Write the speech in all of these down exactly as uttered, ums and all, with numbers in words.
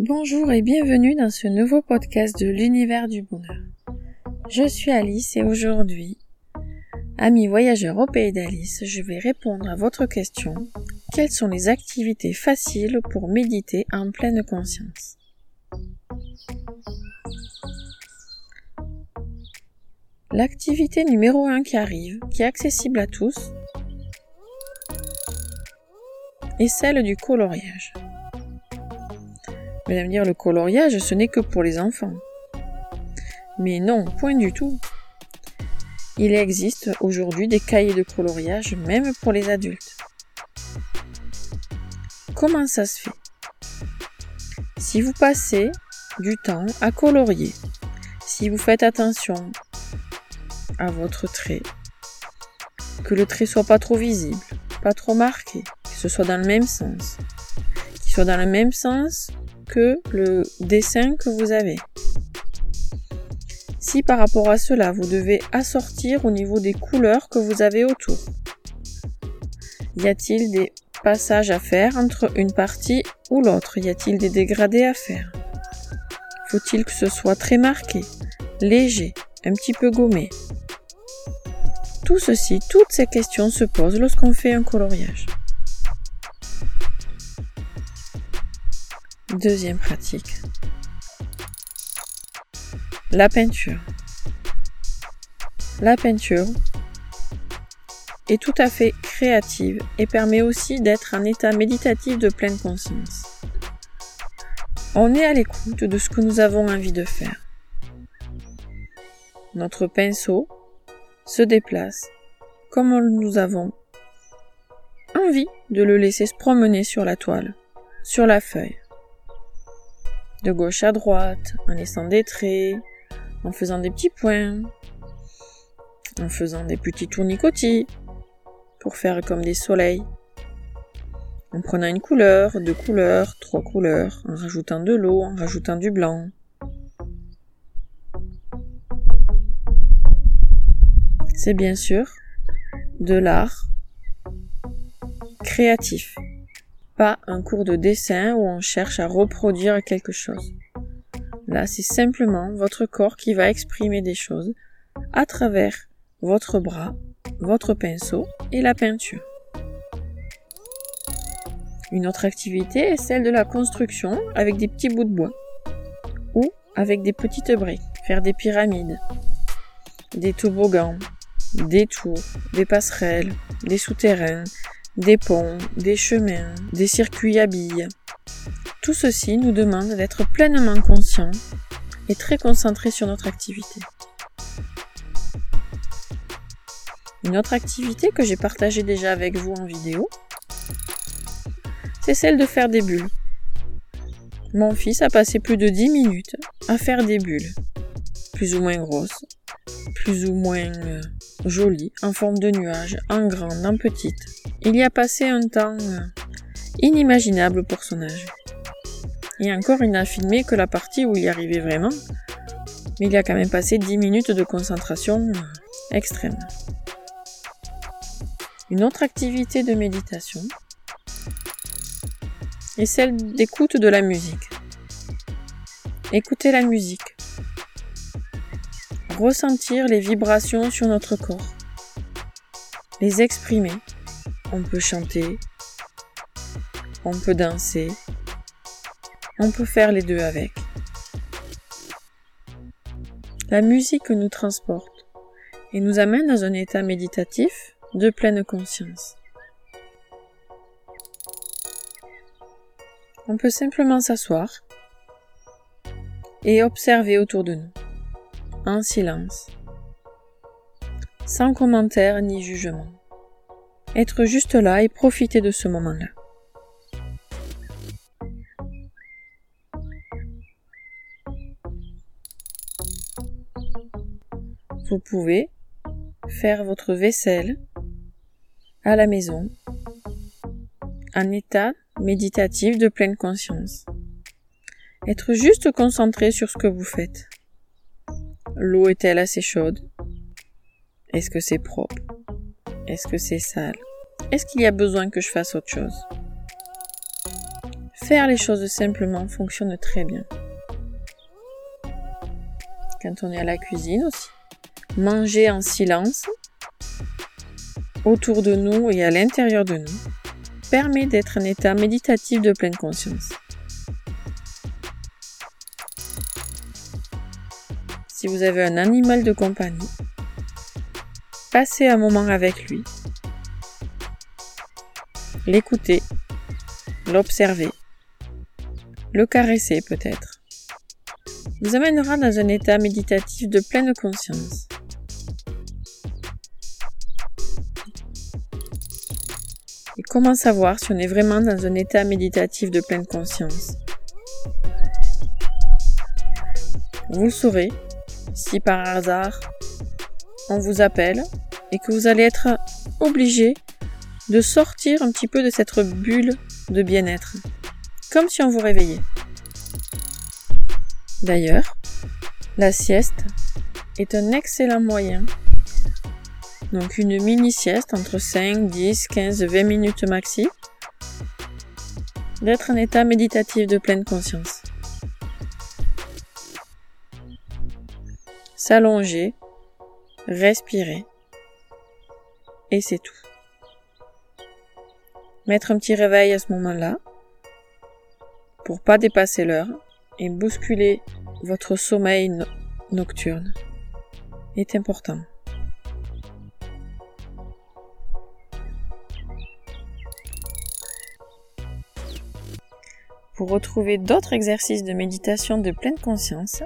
Bonjour et bienvenue dans ce nouveau podcast de l'univers du bonheur. Je suis Alice et aujourd'hui, amis voyageurs au pays d'Alice, je vais répondre à votre question. Quelles sont les activités faciles pour méditer en pleine conscience ? L'activité numéro un qui arrive, qui est accessible à tous, est celle du coloriage. Vous allez me dire, le coloriage, ce n'est que pour les enfants. Mais non, point du tout. Il existe aujourd'hui des cahiers de coloriage, même pour les adultes. Comment ça se fait ? Si vous passez du temps à colorier, si vous faites attention à votre trait, que le trait soit pas trop visible, pas trop marqué, que ce soit dans le même sens, qu'il soit dans le même sens que le dessin que vous avez. Si par rapport à cela, vous devez assortir au niveau des couleurs que vous avez autour, y a-t-il des passages à faire entre une partie ou l'autre ? Y a-t-il des dégradés à faire ? Faut-il que ce soit très marqué, léger, un petit peu gommé ? Tout ceci, toutes ces questions se posent lorsqu'on fait un coloriage. Deuxième pratique. La peinture. La peinture est tout à fait créative et permet aussi d'être en état méditatif de pleine conscience. On est à l'écoute de ce que nous avons envie de faire. Notre pinceau se déplace comme nous avons envie de le laisser se promener sur la toile, sur la feuille. De gauche à droite, en laissant des traits, en faisant des petits points, en faisant des petits tournicotis pour faire comme des soleils, en prenant une couleur, deux couleurs, trois couleurs, en rajoutant de l'eau, en rajoutant du blanc. C'est bien sûr de l'art créatif, pas un cours de dessin où on cherche à reproduire quelque chose. Là, c'est simplement votre corps qui va exprimer des choses à travers votre bras, votre pinceau et la peinture. Une autre activité est celle de la construction avec des petits bouts de bois ou avec des petites briques. Faire des pyramides, des toboggans, des tours, des passerelles, des souterrains, des ponts, des chemins, des circuits à billes. Tout ceci nous demande d'être pleinement conscients et très concentrés sur notre activité. Une autre activité que j'ai partagée déjà avec vous en vidéo, c'est celle de faire des bulles. Mon fils a passé plus de dix minutes à faire des bulles, plus ou moins grosses, plus ou moins euh, jolies, en forme de nuages, en grande, en petite. Il y a passé un temps euh, inimaginable pour son âge. Et encore, il n'a filmé que la partie où il y arrivait vraiment, mais il a quand même passé dix minutes de concentration euh, extrême. Une autre activité de méditation est celle d'écoute de la musique. Écouter la musique. Ressentir les vibrations sur notre corps. Les exprimer. On peut chanter. On peut danser. On peut faire les deux avec. La musique nous transporte et nous amène dans un état méditatif de pleine conscience. On peut simplement s'asseoir et observer autour de nous, en silence, sans commentaire ni jugement. Être juste là et profiter de ce moment-là. Vous pouvez faire votre vaisselle à la maison, en état méditatif de pleine conscience. Être juste concentré sur ce que vous faites. L'eau est-elle assez chaude ? Est-ce que c'est propre ? Est-ce que c'est sale ? Est-ce qu'il y a besoin que je fasse autre chose ? Faire les choses simplement fonctionne très bien. Quand on est à la cuisine aussi. Manger en silence, autour de nous et à l'intérieur de nous, permet d'être en état méditatif de pleine conscience. Si vous avez un animal de compagnie, passez un moment avec lui, l'écouter, l'observer, le caresser peut-être, vous amènera dans un état méditatif de pleine conscience. Et comment savoir si on est vraiment dans un état méditatif de pleine conscience? Vous le saurez si par hasard on vous appelle et que vous allez être obligé de sortir un petit peu de cette bulle de bien-être, comme si on vous réveillait. D'ailleurs, la sieste est un excellent moyen, donc une mini-sieste entre cinq, dix, quinze, vingt minutes maxi, d'être en état méditatif de pleine conscience. S'allonger, respirer, et c'est tout. Mettre un petit réveil à ce moment-là, pour pas dépasser l'heure, et bousculer votre sommeil no- nocturne est important. Pour retrouver d'autres exercices de méditation de pleine conscience,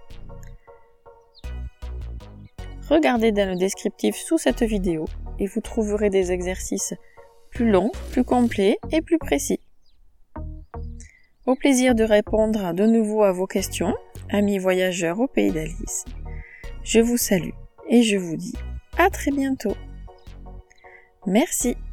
regardez dans le descriptif sous cette vidéo et vous trouverez des exercices plus longs, plus complets et plus précis. Au plaisir de répondre de nouveau à vos questions, amis voyageurs au pays d'Alice. Je vous salue et je vous dis à très bientôt. Merci.